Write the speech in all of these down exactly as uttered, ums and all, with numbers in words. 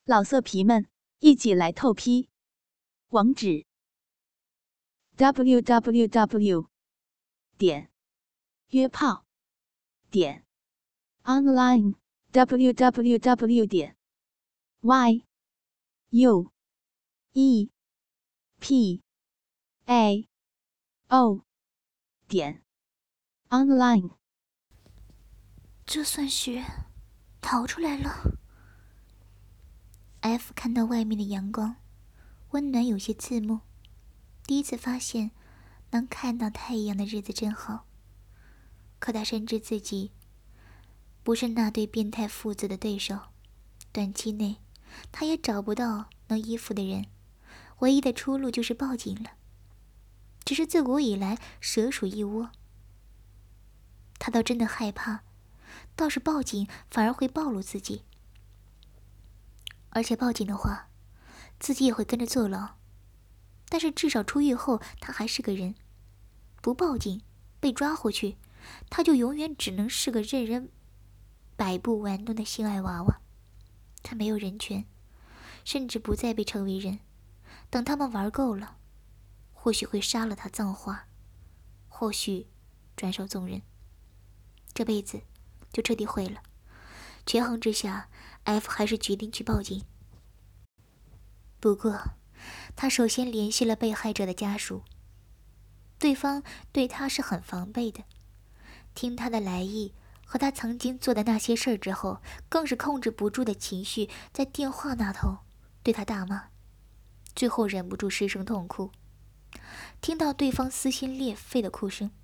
老色皮们，一起来透批！网址 ：double u double u double u 点约炮点 online double u double u double u 点 y u e p a o 点 online。 这算是逃出来了。F 看到外面的阳光，温暖有些刺目。第一次发现能看到太阳的日子真好。可他深知自己不是那对变态父子的对手，短期内他也找不到能依附的人，唯一的出路就是报警了。只是自古以来蛇鼠一窝，他倒真的害怕，倒是报警反而会暴露自己。而且报警的话，自己也会跟着坐牢。但是至少出狱后，他还是个人。不报警，被抓回去，他就永远只能是个任人摆布玩弄的性爱娃娃。他没有人权，甚至不再被称为人。等他们玩够了，或许会杀了他葬花，或许转手送人。这辈子就彻底毁了。权衡之下， F 还是决定去报警。不过他首先联系了被害者的家属，对方对他是很防备的。听他的来意和他曾经做的那些事儿之后，更是控制不住的情绪，在电话那头对他大骂，最后忍不住失声痛哭。听到对方撕心裂肺的哭声，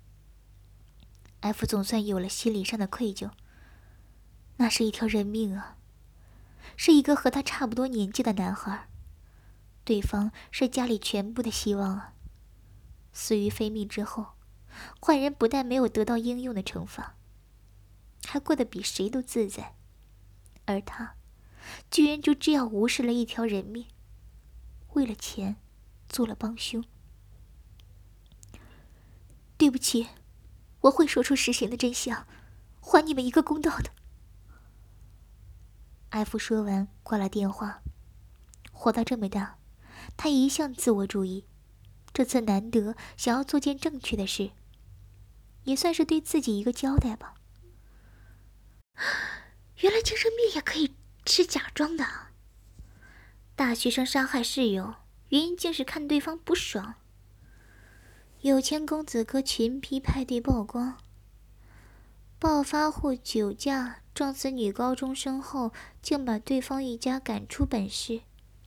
F 总算有了心理上的愧疚。那是一条人命啊，是一个和他差不多年纪的男孩，对方是家里全部的希望啊。死于非命之后，坏人不但没有得到应有的惩罚，还过得比谁都自在，而他居然就这样无视了一条人命，为了钱做了帮凶。对不起，我会说出实情的真相，还你们一个公道的。F 说完挂了电话。活到这么大，他一向自我主义，这次难得想要做件正确的事，也算是对自己一个交代吧。原来精神病也可以是假装的。大学生杀害室友，原因竟是看对方不爽。有钱公子哥群批派对曝光，暴发户酒驾撞死女高中生后，竟把对方一家赶出本市。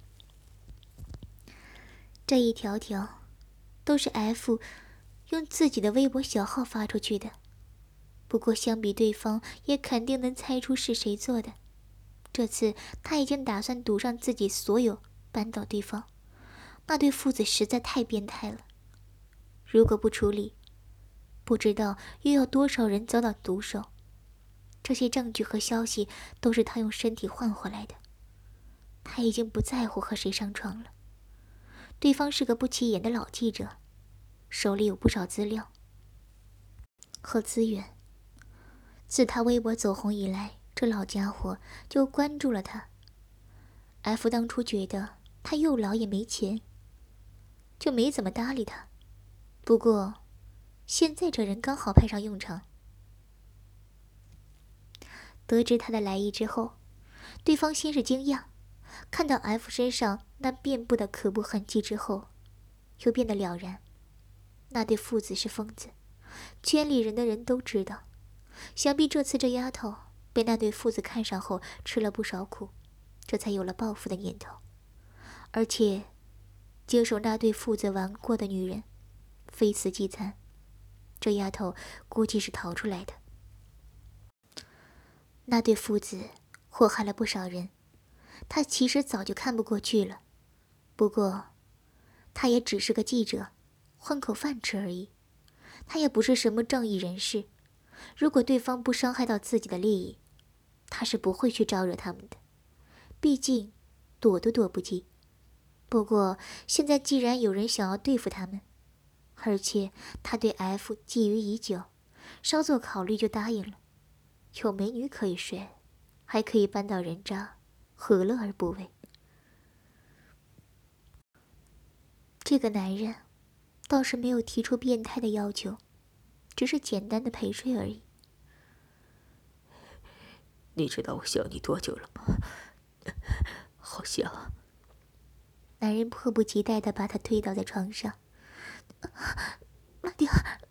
这一条条都是 F 用自己的微博小号发出去的。不过相比对方，也肯定能猜出是谁做的。这次他已经打算赌上自己所有扳倒对方。那对父子实在太变态了，如果不处理，不知道又要多少人遭到毒手。这些证据和消息都是他用身体换回来的。他已经不在乎和谁上床了。对方是个不起眼的老记者，手里有不少资料和资源。自他微博走红以来，这老家伙就关注了他。F 当初觉得他又老也没钱，就没怎么搭理他。不过现在这人刚好派上用场。得知他的来意之后，对方先是惊讶，看到 F 身上那遍布的可怖痕迹之后，又变得了然。那对父子是疯子，圈里人的人都知道。想必这次这丫头被那对父子看上后吃了不少苦，这才有了报复的念头。而且经手那对父子玩过的女人非死即残，这丫头估计是逃出来的。那对父子祸害了不少人，他其实早就看不过去了。不过他也只是个记者，混口饭吃而已。他也不是什么正义人士，如果对方不伤害到自己的利益，他是不会去招惹他们的。毕竟躲都躲不及。不过现在既然有人想要对付他们，而且他对 F 觊觎已久，稍作考虑就答应了。有美女可以睡，还可以扳倒人渣，何乐而不为？ 这个男人倒是没有提出变态的要求，只是简单的陪睡而已。 你知道我想你多久了吗？好像…… 男人迫不及待地把她推倒在床上。马丁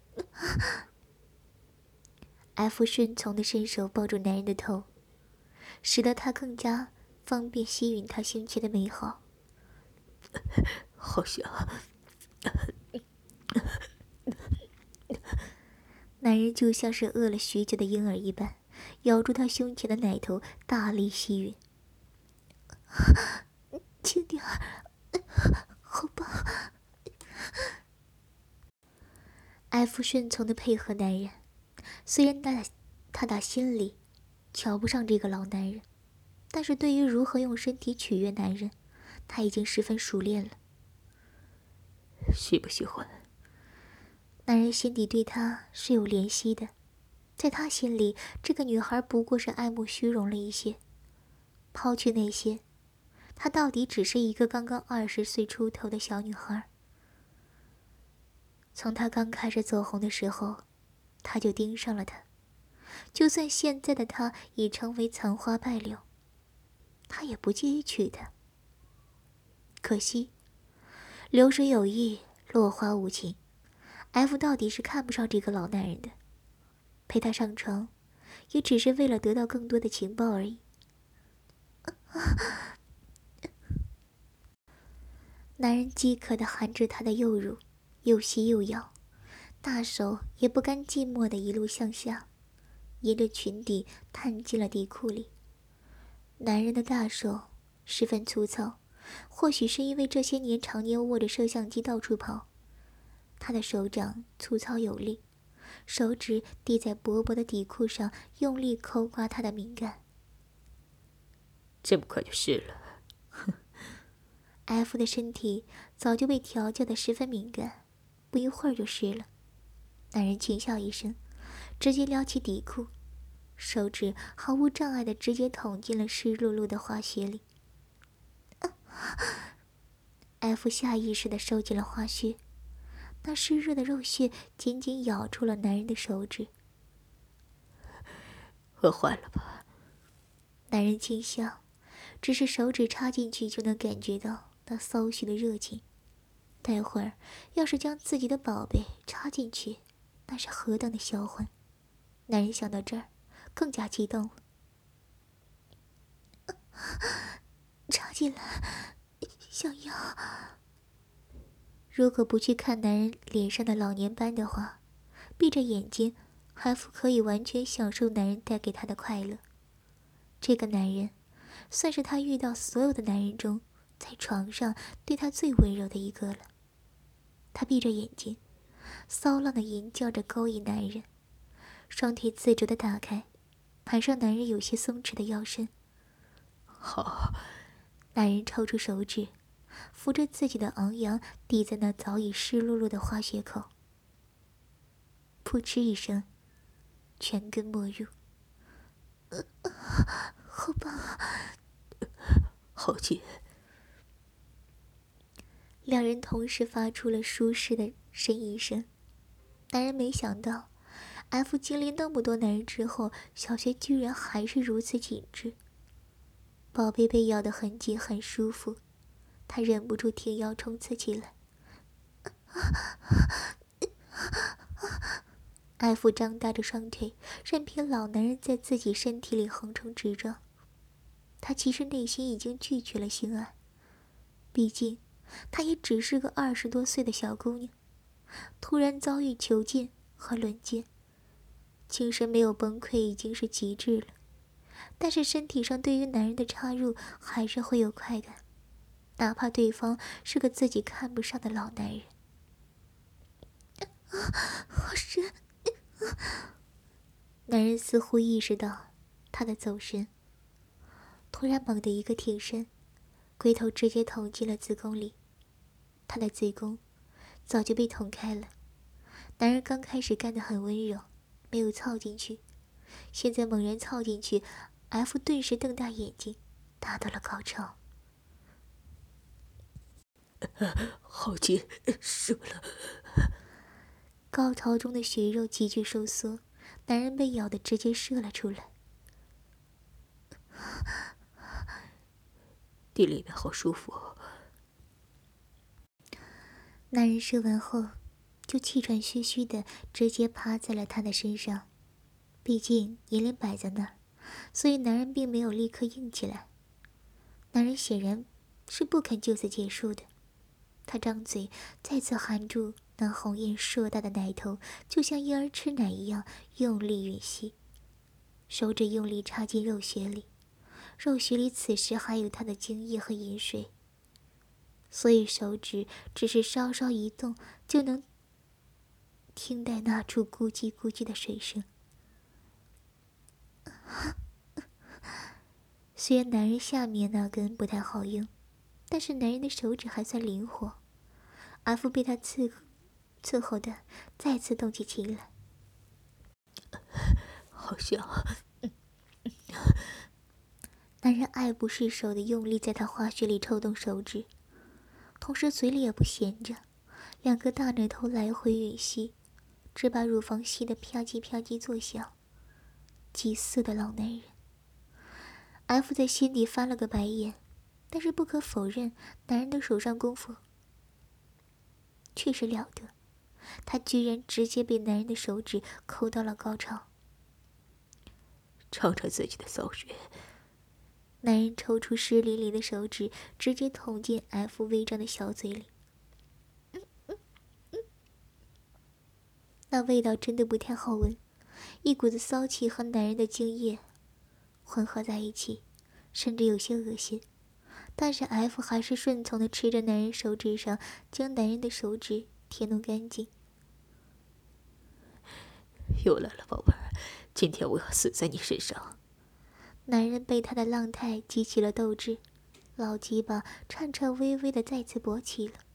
，F 顺从地伸手抱住男人的头，使得他更加方便吸吮他胸前的美好。 好像…… 男人就像是饿了许久的婴儿一般，咬住他胸前的奶头，大力吸吮。轻点儿，好棒！F 顺从的配合男人，虽然他他打心里瞧不上这个老男人，但是对于如何用身体取悦男人，他已经十分熟练了。 喜不喜欢？ 男人心底对她是有怜惜的，在他心里，这个女孩不过是爱慕虚荣了一些。抛去那些，她到底只是一个刚刚二十岁出头的小女孩。从她刚开始走红的时候，他就盯上了她。就算现在的她已成为残花败柳，他也不介意娶她。可惜，流水有意，落花无情。F 到底是看不上这个老男人的，陪他上床，也只是为了得到更多的情报而已。男人饥渴地含着她的右乳，又吸又咬，大手也不甘寂寞地一路向下，沿着裙底探进了底裤里。男人的大手十分粗糙，或许是因为这些年常年握着摄像机到处跑，他的手掌粗糙有力，手指抵在薄薄的底裤上，用力抠刮他的敏感。 这么快就湿了 ？F 的身体早就被调教得十分敏感，不一会儿就湿了。男人轻笑一声，直接撩起底裤，手指毫无障碍地直接捅进了湿漉漉的花穴里。F 下意识地收紧了花穴，那湿热的肉穴紧紧咬住了男人的手指。 饿坏了吧？ 男人轻笑，只是手指插进去就能感觉到那骚许的热情。待会儿要是将自己的宝贝插进去，那是何等的销魂！男人想到这儿，更加激动了。插进来，想要。如果不去看男人脸上的老年斑的话，闭着眼睛F可以完全享受男人带给他的快乐。这个男人算是他遇到所有的男人中，在床上对他最温柔的一个了。他闭着眼睛，骚浪的吟叫着勾引男人，双腿自主的打开，盘上男人有些松弛的腰身。 好。 男人抽出手指，扶着自己的昂扬抵在那早已湿漉漉的花穴口。噗嗤一声，全根没入。呃，好棒啊！ 好紧。 两人同时发出了舒适的呻吟声。男人没想到 F 经历那么多男人之后，小穴居然还是如此紧致。宝贝被咬得很紧很舒服，他忍不住挺腰冲刺起来。F 张大着双腿，任凭老男人在自己身体里横冲直撞。他其实内心已经拒绝了性爱，毕竟她也只是个二十多岁的小姑娘，突然遭遇囚禁和轮奸，精神没有崩溃已经是极致了。但是身体上对于男人的插入还是会有快感，哪怕对方是个自己看不上的老男人。好深！男人似乎意识到他的走神，突然猛地一个挺身，龟头直接捅进了子宫里。他的子宫早就被捅开了，男人刚开始干得很温柔，没有操进去，现在猛然操进去， F 顿时瞪大眼睛，达到了高潮。 好紧，射了。 高潮中的血肉急剧收缩，男人被咬得直接射了出来。 地里面好舒服。 男人射完后，就气喘吁吁的直接趴在了他的身上。毕竟年龄摆在那儿，所以男人并没有立刻硬起来。男人显然是不肯就此结束的，他张嘴再次含住那红艳硕大的奶头，就像婴儿吃奶一样用力吮吸，手指用力插进肉穴里，肉穴里此时还有他的精液和饮水，所以手指只是稍稍一动，就能听到那处咕叽咕叽的水声。虽然男人下面那根不太好用，但是男人的手指还算灵活。F 被他伺伺候的再次动起情来， 好香。 男人爱不释手的用力在他花穴里抽动手指，同时嘴里也不闲着，两个大奶头来回吮吸，只把乳房吸得啪叽啪叽作响。急色的老男人。F 在心底翻了个白眼，但是不可否认，男人的手上功夫确实了得，他居然直接被男人的手指抠到了高潮。 尝尝自己的骚穴。 男人抽出湿淋淋的手指，直接捅进 F 微张的小嘴里。嗯嗯嗯、那味道真的不太好闻，一股子骚气和男人的精液混合在一起，甚至有些恶心。但是 F 还是顺从的吃着男人手指上，将男人的手指舔弄干净。 又来了，宝贝儿，今天我要死在你身上。 男人被他的浪态激起了斗志，老鸡巴颤颤巍巍的再次勃起了。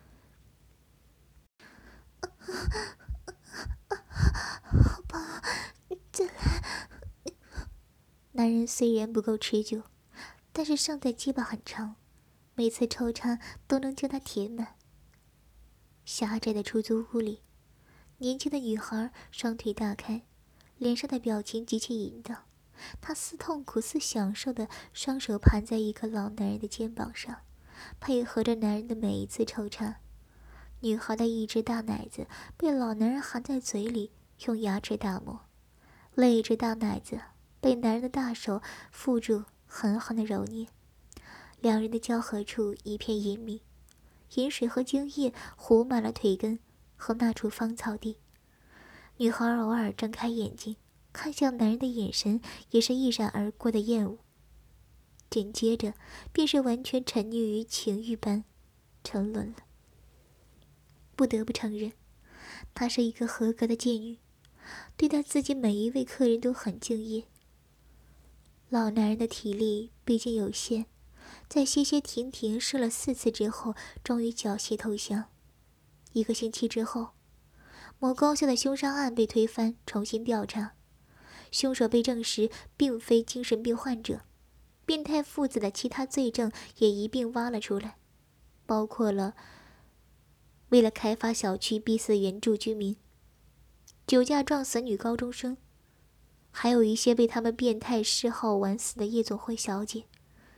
好吧，再来。男人虽然不够持久，但是胜在鸡巴很长，每次抽插都能将它填满。狭窄的出租屋里，年轻的女孩双腿大开，脸上的表情极其淫荡。她似痛苦似享受的双手盘在一个老男人的肩膀上，配合着男人的每一次抽插。女孩的一只大奶子被老男人含在嘴里，用牙齿打磨；另一只大奶子被男人的大手缚住，狠狠的揉捏。两人的交合处一片隐秘，饮水和精液糊满了腿根和那处芳草地。女孩偶尔睁开眼睛，看向男人的眼神也是一闪而过的厌恶，紧接着便是完全沉溺于情欲般沉沦了。不得不承认，她是一个合格的妓女，对待自己每一位客人都很敬业。老男人的体力毕竟有限，在歇歇停停试了四次之后，终于缴械投降。一个星期之后，某高校的凶杀案被推翻，重新调查，凶手被证实并非精神病患者，变态父子的其他罪证也一并挖了出来，包括了为了开发小区逼死原住居民、酒驾撞死女高中生，还有一些被他们变态嗜好玩死的夜总会小姐。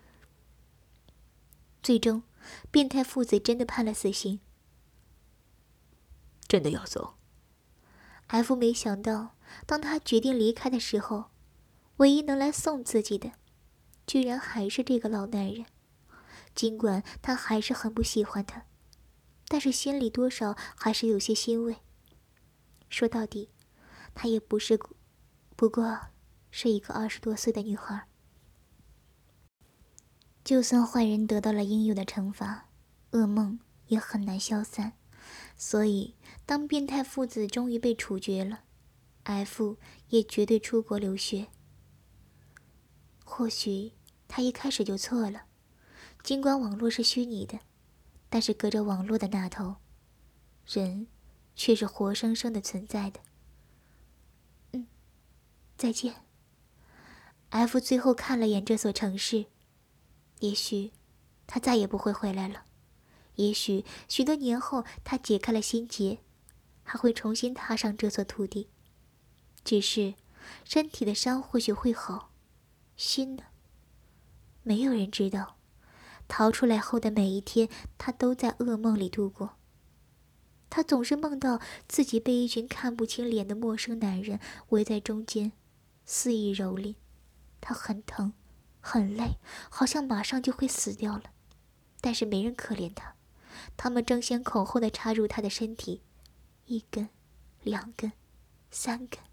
最终，变态父子真的判了死刑。 真的要走？ F 没想到，当他决定离开的时候，唯一能来送自己的，居然还是这个老男人。尽管他还是很不喜欢他，但是心里多少还是有些欣慰。说到底，他也不是，不过是一个二十多岁的女孩。就算坏人得到了应有的惩罚，噩梦也很难消散。所以，当变态父子终于被处决了， F 也绝对出国留学。或许他一开始就错了，尽管网络是虚拟的，但是隔着网络的那头，人却是活生生的存在的。嗯，再见。F 最后看了眼这所城市，也许他再也不会回来了， 也许许多年后，他解开了心结，还会重新踏上这座土地。只是身体的伤或许会好，心呢？没有人知道。逃出来后的每一天，他都在噩梦里度过。他总是梦到自己被一群看不清脸的陌生男人围在中间，肆意蹂躏。他很疼，很累，好像马上就会死掉了。但是没人可怜他，他们争先恐后地插入他的身体，一根，两根，三根。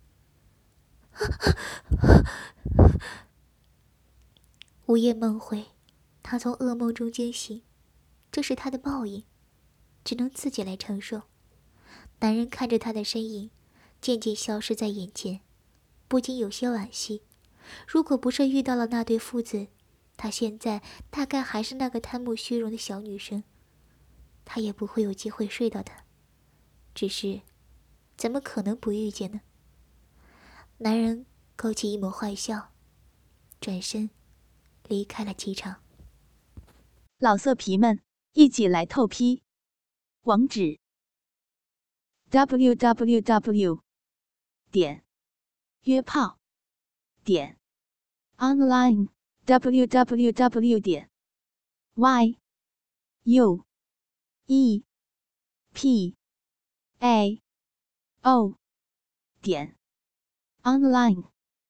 午夜梦回，他从噩梦中惊醒，这是他的报应，只能自己来承受。男人看着他的身影渐渐消失在眼前，不禁有些惋惜。如果不是遇到了那对父子，他现在大概还是那个贪慕虚荣的小女生，他也不会有机会睡到她。只是怎么可能不遇见呢？男人勾起一抹坏笑，转身离开了机场。 老色皮们，一起来透批！网址 ：double-u double-u double-u 点约炮点 online double-u double-u double-u 点 y u e p a o 点 online。